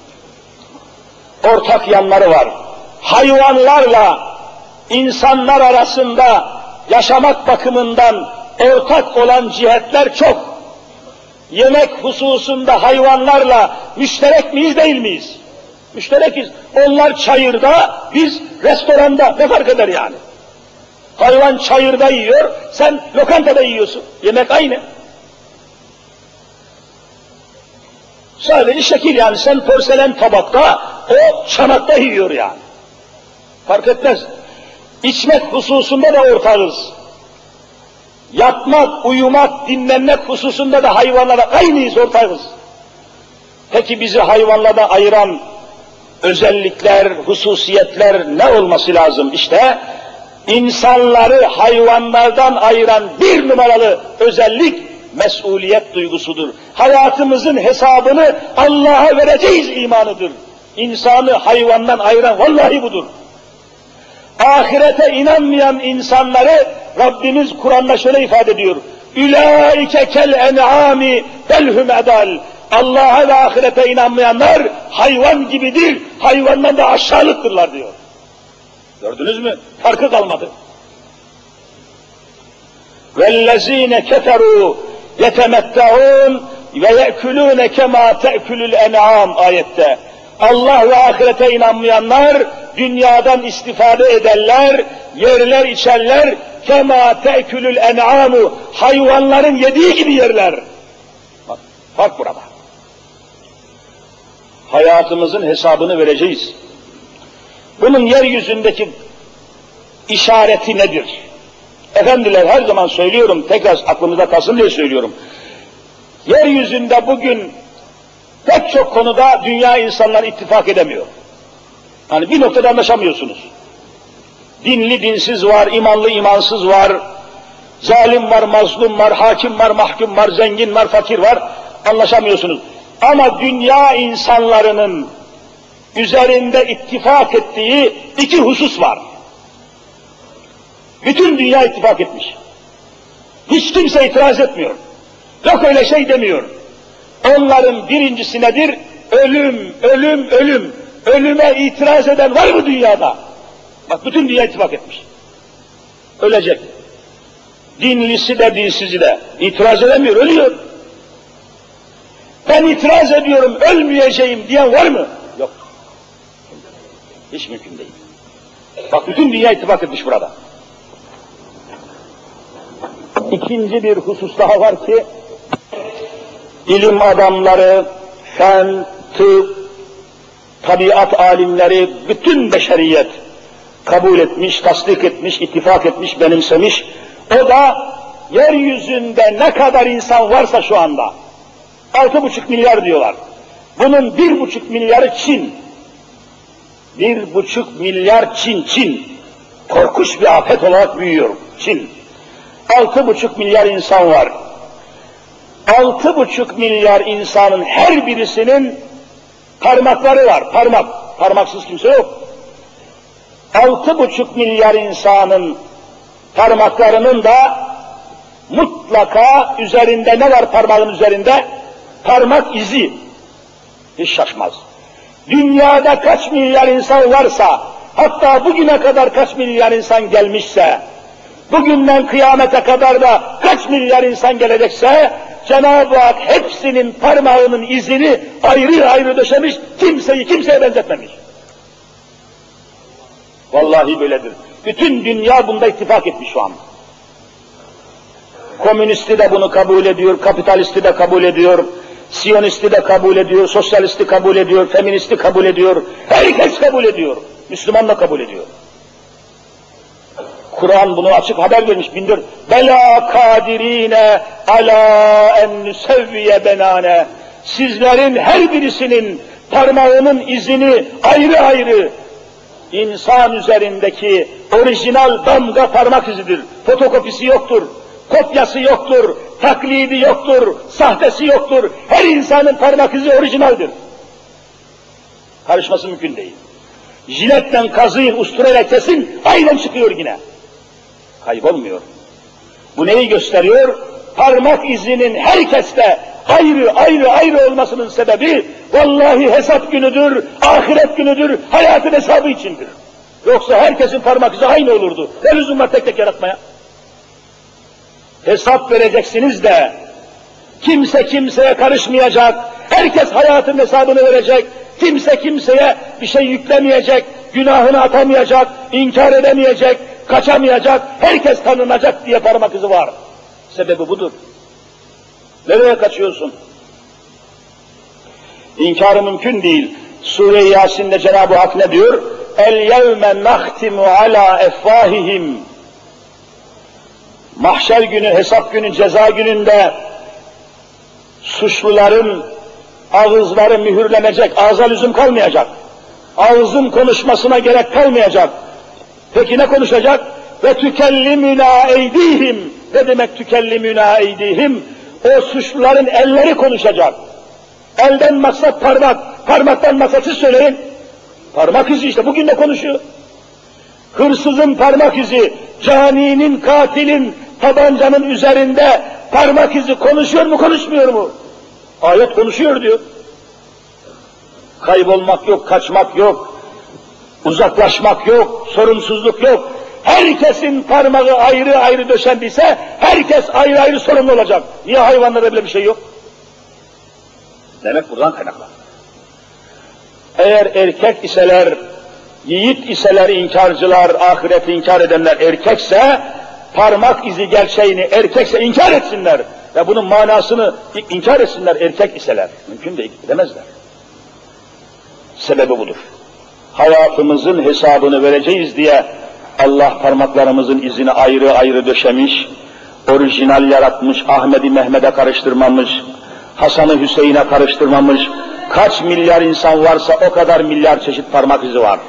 ortak yanları var. Hayvanlarla insanlar arasında yaşamak bakımından ortak olan cihetler çok. Yemek hususunda hayvanlarla müşterek miyiz, değil miyiz? Müşterekiz. Onlar çayırda, biz restoranda. Ne fark eder yani? Hayvan çayırda yiyor, sen lokantada yiyorsun. Yemek aynı. Sadece şekil yani, sen porselen tabakta, o çanakta yiyor yani. Fark etmez. İçmek hususunda da ortağız. Yatmak, uyumak, dinlenmek hususunda da hayvanlara aynıyız, ortağız. Peki bizi hayvanlardan ayıran özellikler, hususiyetler ne olması lazım? İşte insanları hayvanlardan ayıran bir numaralı özellik mesuliyet duygusudur. Hayatımızın hesabını Allah'a vereceğiz imanıdır. İnsanı hayvandan ayıran vallahi budur. Ahirete inanmayan insanları Rabbimiz Kur'an'da şöyle ifade ediyor. Ülaike kel en'ami belhum edal. Allah'a ve ahirete inanmayanlar hayvan gibidir, hayvandan da aşağılıktırlar diyor. Gördünüz mü? Farkı kalmadı. وَالَّذ۪ينَ كَفَرُوا يَتَمَتَّعُونَ وَيَأْكُلُونَ كَمَا تَأْكُلُ الْاَنْعَامِ ayette. Allah ve ahirete inanmayanlar dünyadan istifade ederler, yerler içerler, kema te'külül en'amu, hayvanların yediği gibi yerler. Bak, bak burada. Hayatımızın hesabını vereceğiz. Bunun yeryüzündeki işareti nedir? Efendiler her zaman söylüyorum, tekrar aklımıza kalsın diye söylüyorum. Yeryüzünde bugün pek çok konuda dünya insanları ittifak edemiyor. Hani bir noktada anlaşamıyorsunuz. Dinli dinsiz var, imanlı imansız var, zalim var, mazlum var, hakim var, mahkum var, zengin var, fakir var, anlaşamıyorsunuz. Ama dünya insanlarının üzerinde ittifak ettiği iki husus var. Bütün dünya ittifak etmiş. Hiç kimse itiraz etmiyor. Yok öyle şey demiyor. Onların birincisi nedir? Ölüm, ölüm, ölüm. Ölüme itiraz eden var mı dünyada? Bak bütün dünya ittifak etmiş. Ölecek. Dinlisi de dinsizi de. İtiraz edemiyor, ölüyor. Ben itiraz ediyorum, ölmeyeceğim diyen var mı? Yok. Hiç mümkün değil. Bak bütün dünya ittifak etmiş burada. İkinci bir husus daha var ki, ilim adamları, fen, tıp, tabiat alimleri, bütün beşeriyet kabul etmiş, tasdik etmiş, ittifak etmiş, benimsemiş. O da yeryüzünde ne kadar insan varsa şu anda, altı buçuk milyar diyorlar. Bunun bir buçuk milyarı Çin. Bir buçuk milyar Çin, Çin. Korkunç bir afet olarak büyüyor Çin. Altı buçuk milyar insan var. Altı buçuk milyar insanın her birisinin parmakları var, parmak. Parmaksız kimse yok. Altı buçuk milyar insanın parmaklarının da mutlaka üzerinde ne var parmağın üzerinde? Parmak izi. Hiç şaşmaz. Dünyada kaç milyar insan varsa, hatta bugüne kadar kaç milyar insan gelmişse, bugünden kıyamete kadar da kaç milyar insan gelecekse, Cenab-ı Hak hepsinin parmağının izini ayrı ayrı döşemiş, kimseyi kimseye benzetmemiş. Vallahi böyledir. Bütün dünya bunda ittifak etmiş şu an. Komünisti de bunu kabul ediyor, kapitalisti de kabul ediyor, Siyonisti de kabul ediyor, sosyalisti kabul ediyor, feministi kabul ediyor, herkes kabul ediyor, Müslüman da kabul ediyor. Kur'an bunu açık haber vermiş, bindir. Bela kadirine ala en nusevviye benane. Sizlerin her birisinin parmağının izini ayrı ayrı insan üzerindeki orijinal damga parmak izidir. Fotokopisi yoktur, kopyası yoktur, taklidi yoktur, sahtesi yoktur. Her insanın parmak izi orijinaldir. Karışması mümkün değil. Jiletten kazıyın, usturayla kesin, aynen çıkıyor yine. Kaybolmuyor. Bu neyi gösteriyor? Parmak izinin herkeste ayrı ayrı ayrı olmasının sebebi vallahi hesap günüdür, ahiret günüdür, hayatın hesabı içindir. Yoksa herkesin parmak izi aynı olurdu. Ne lüzum var tek tek yaratmaya? Hesap vereceksiniz de kimse kimseye karışmayacak, herkes hayatın hesabını verecek, kimse kimseye bir şey yüklemeyecek, günahını atamayacak, inkar edemeyecek, kaçamayacak, herkes tanınacak diye parmak izi var. Sebebi budur. Nereye kaçıyorsun? İnkarı mümkün değil. Sure-i Yasin'de Cenab-ı Hak ne diyor? El-yevme nahtimu ala effahihim. Mahşer günü, hesap günü, ceza gününde suçluların ağızları mühürlenecek, ağza lüzum kalmayacak. Ağzın konuşmasına gerek kalmayacak. Peki ne konuşacak? Ve tükellimüna eydihim. Ne demek tükellimüna eydihim? O suçluların elleri konuşacak. Elden maksat parmak, parmaktan maksat siz söyleyin. Parmak izi işte, bugün de konuşuyor. Hırsızın parmak izi, caninin, katilin tabancanın üzerinde parmak izi konuşuyor mu, konuşmuyor mu? Ayet konuşuyor diyor. Kaybolmak yok, kaçmak yok, uzaklaşmak yok, sorumsuzluk yok. Herkesin parmağı ayrı ayrı döşendiyse, herkes ayrı ayrı sorumlu olacak. Niye hayvanlarda bile bir şey yok? Demek buradan kaynaklar. Eğer erkek iseler, yiğit iseler, inkarcılar, ahireti inkar edenler erkekse, parmak izi gerçeğini erkekse inkar etsinler. Ve bunun manasını inkar etsinler erkek iseler. Mümkün değil, edemezler. Sebebi budur. Hayatımızın hesabını vereceğiz diye Allah parmaklarımızın izini ayrı ayrı döşemiş, orijinal yaratmış, Ahmet'i Mehmet'e karıştırmamış, Hasan'ı Hüseyin'e karıştırmamış, kaç milyar insan varsa o kadar milyar çeşit parmak izi var.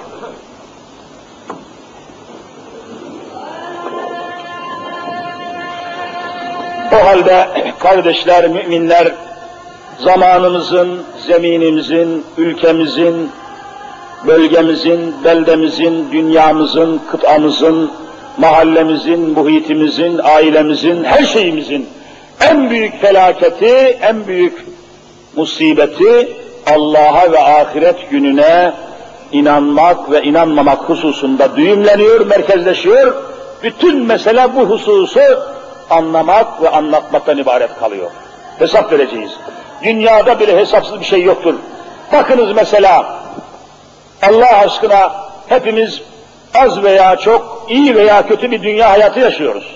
O halde kardeşler, müminler, zamanımızın, zeminimizin, ülkemizin, bölgemizin, beldemizin, dünyamızın, kıtamızın, mahallemizin, muhitimizin, ailemizin, her şeyimizin en büyük felaketi, en büyük musibeti Allah'a ve ahiret gününe inanmak ve inanmamak hususunda düğümleniyor, merkezleşiyor. Bütün mesele bu hususu anlamak ve anlatmaktan ibaret kalıyor. Hesap vereceğiz. Dünyada bile hesapsız bir şey yoktur. Bakınız mesela, Allah aşkına hepimiz az veya çok, iyi veya kötü bir dünya hayatı yaşıyoruz.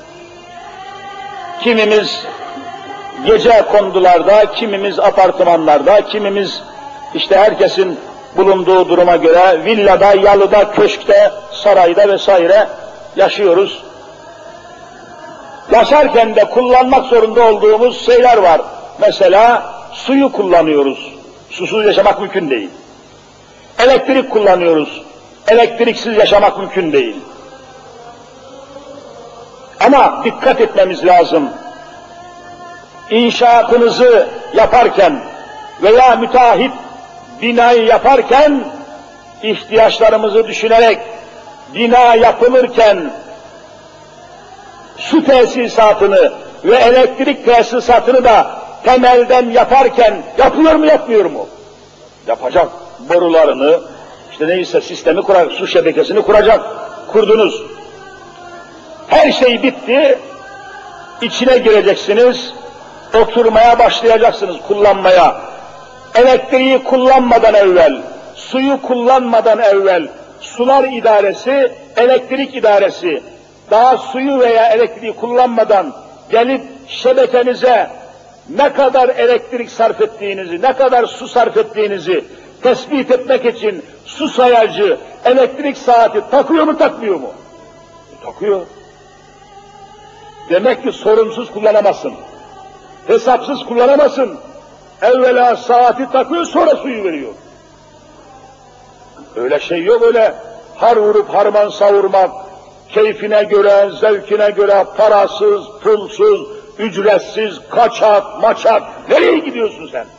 Kimimiz gece kondularda, kimimiz apartmanlarda, kimimiz işte herkesin bulunduğu duruma göre villada, yalıda, köşkte, sarayda vesaire yaşıyoruz. Yaşarken de kullanmak zorunda olduğumuz şeyler var. Mesela suyu kullanıyoruz. Susuz yaşamak mümkün değil. Elektrik kullanıyoruz. Elektriksiz yaşamak mümkün değil. Ama dikkat etmemiz lazım. İnşaatınızı yaparken veya müteahhit binayı yaparken ihtiyaçlarımızı düşünerek bina yapılırken su tesisatını ve elektrik tesisatını da temelden yaparken yapıyor mu, yapmıyor mu? Yapacak. Borularını, işte neyse sistemi kurar, su şebekesini kuracak. Kurdunuz. Her şey bitti. İçine gireceksiniz. Oturmaya başlayacaksınız, kullanmaya. Elektriği kullanmadan evvel, suyu kullanmadan evvel, sular idaresi, elektrik idaresi, daha suyu veya elektriği kullanmadan gelip şebekenize ne kadar elektrik sarf ettiğinizi, ne kadar su sarf ettiğinizi tespit etmek için su sayacı, elektrik saati takıyor mu, takmıyor mu? E, takıyor. Demek ki sorumsuz kullanamazsın. Hesapsız kullanamazsın. Evvela saati takıyor, sonra suyu veriyor. Öyle şey yok, öyle har vurup harman savurmak, keyfine göre, zevkine göre parasız, pulsuz, ücretsiz, kaçak, maçak, nereye gidiyorsun sen?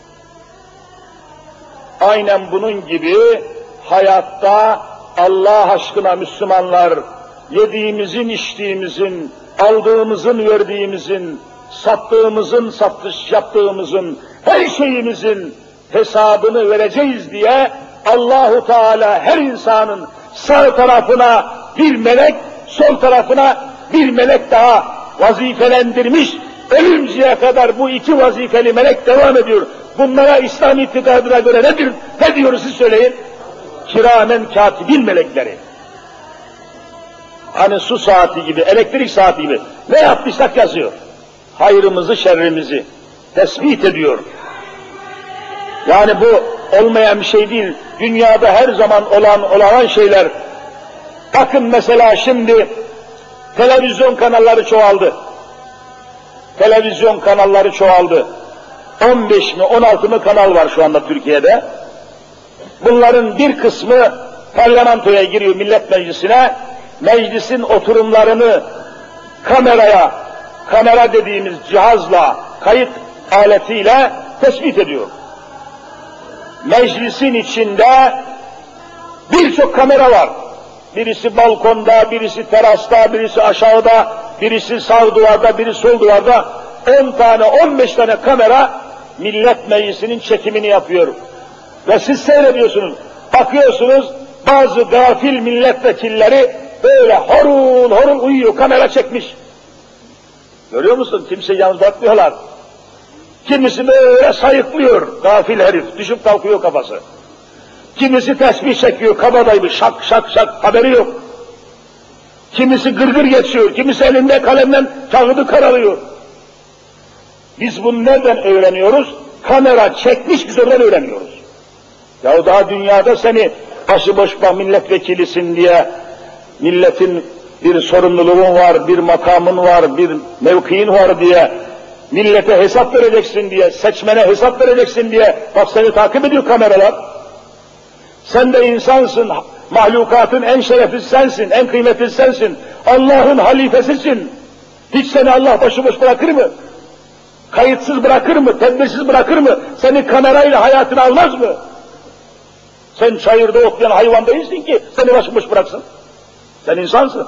Aynen bunun gibi hayatta Allah aşkına Müslümanlar, yediğimizin, içtiğimizin, aldığımızın, verdiğimizin, sattığımızın, satış yaptığımızın, her şeyimizin hesabını vereceğiz diye Allahu Teala her insanın sağ tarafına bir melek, sol tarafına bir melek daha vazifelendirmiş. Ölünceye kadar bu iki vazifeli melek devam ediyor. Bunlara İslam itikadına göre nedir? Ne diyoruz siz söyleyin? Kiramen katibin melekleri. Hani su saati gibi, elektrik saati gibi ne yapmışsak yazıyor. Hayrımızı, şerrimizi tespit ediyor. Yani bu olmayan bir şey değil. Dünyada her zaman olan, olan şeyler. Bakın mesela şimdi televizyon kanalları çoğaldı. Televizyon kanalları çoğaldı. on beş mi, on altı mı kanal var şu anda Türkiye'de. Bunların bir kısmı parlamentoya giriyor, millet meclisine, meclisin oturumlarını kameraya, kamera dediğimiz cihazla, kayıt aletiyle tespit ediyor. Meclisin içinde birçok kamera var. Birisi balkonda, birisi terasta, birisi aşağıda, birisi sağ duvarda, birisi sol duvarda. on tane, on beş tane kamera millet meclisinin çekimini yapıyor. Ve siz seyrediyorsunuz, bakıyorsunuz bazı gafil milletvekilleri böyle horul horul uyuyor, kamera çekmiş. Görüyor musun? Kimseyi yalnız bakmıyorlar. Kimisi böyle sayıklıyor, gafil herif, düşüp kalkıyor kafası. Kimisi tesbih çekiyor, kabadayı şak şak şak, haberi yok. Kimisi gırgır geçiyor, kimisi elinde kalemden kağıdı karalıyor. Biz bunu nereden öğreniyoruz? Kamera çekmiş, biz oradan öğreniyoruz. Ya daha dünyada seni başıboş bak milletvekilisin diye, milletin bir sorumluluğun var, bir makamın var, bir mevkiin var diye, millete hesap vereceksin diye, seçmene hesap vereceksin diye, bak seni takip ediyor kameralar. Sen de insansın, mahlukatın en şereflisi sensin, en kıymetli sensin, Allah'ın halifesisin. Hiç seni Allah başıboş bırakır mı? Kayıtsız bırakır mı? Tedbirsiz bırakır mı? Seni kamerayla hayatını almaz mı? Sen çayırda otlayan hayvan değilsin ki seni başıboş bıraksın. Sen insansın.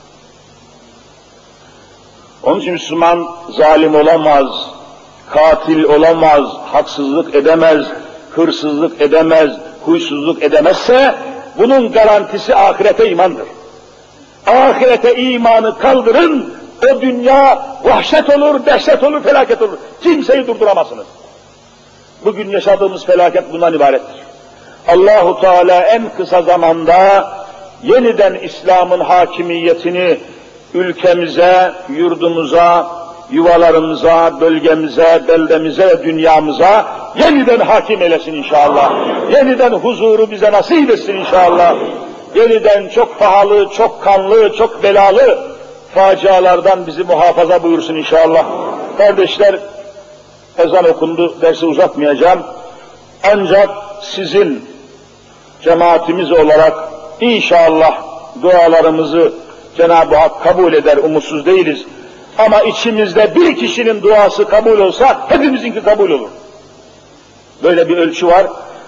Onun için Müslüman zalim olamaz, katil olamaz, haksızlık edemez, hırsızlık edemez, huysuzluk edemezse bunun garantisi ahirete imandır. Ahirete imanı kaldırın, o dünya vahşet olur, dehşet olur, felaket olur. Kimseyi durduramazsınız. Bugün yaşadığımız felaket bundan ibarettir. Allahu Teala en kısa zamanda yeniden İslam'ın hakimiyetini ülkemize, yurdumuza, yuvalarımıza, bölgemize, beldemize ve dünyamıza yeniden hakim eylesin inşallah. Yeniden huzuru bize nasip etsin inşallah. Yeniden çok pahalı, çok kanlı, çok belalı facialardan bizi muhafaza buyursun inşallah. Kardeşler, ezan okundu, dersi uzatmayacağım. Ancak sizin cemaatimiz olarak inşallah dualarımızı Cenab-ı Hak kabul eder, umutsuz değiliz. Ama içimizde bir kişinin duası kabul olsa hepimizinki kabul olur. Böyle bir ölçü var.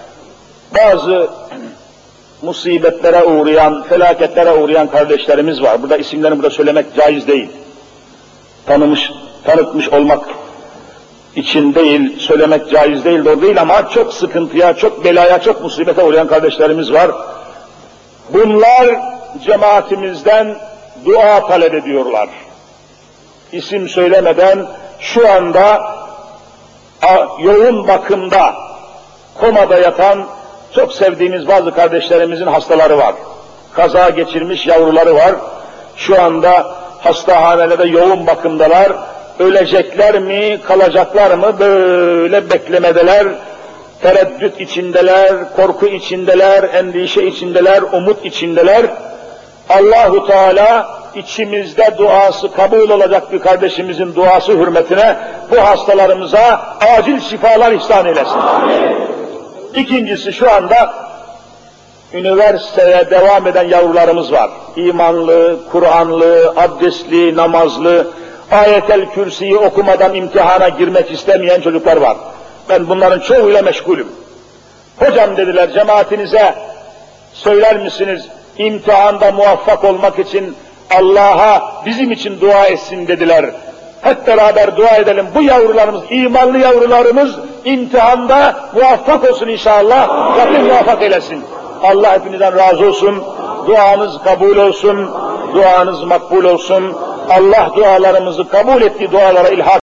Bazı musibetlere uğrayan, felaketlere uğrayan kardeşlerimiz var. Burada isimlerini burada söylemek caiz değil. Tanımış, tanıtmış olmak için değil, söylemek caiz değil, doğru değil ama çok sıkıntıya, çok belaya, çok musibete uğrayan kardeşlerimiz var. Bunlar cemaatimizden dua talep ediyorlar. İsim söylemeden şu anda a, yoğun bakımda, komada yatan çok sevdiğimiz bazı kardeşlerimizin hastaları var. Kaza geçirmiş yavruları var. Şu anda hastahanelerde yoğun bakımdalar. Ölecekler mi, kalacaklar mı böyle beklemedeler. Tereddüt içindeler, korku içindeler, endişe içindeler, umut içindeler. Allahu Teala içimizde duası kabul olacak bir kardeşimizin duası hürmetine bu hastalarımıza acil şifalar ihsan eylesin. Amin. İkincisi şu anda üniversiteye devam eden yavrularımız var. İmanlı, Kur'anlı, abdestli, namazlı, Ayet-el Kürsi'yi okumadan imtihana girmek istemeyen çocuklar var. Ben bunların çoğuyla meşgulüm. Hocam dediler, cemaatinize söyler misiniz, imtihanda muvaffak olmak için Allah'a bizim için dua etsin dediler. Hep beraber dua edelim. Bu yavrularımız, imanlı yavrularımız imtihanda muvaffak olsun inşallah. Rabbim muvaffak eylesin. Allah hepinizden razı olsun. Duanız kabul olsun. Duanız makbul olsun. Allah dualarımızı kabul ettiği dualara ilhak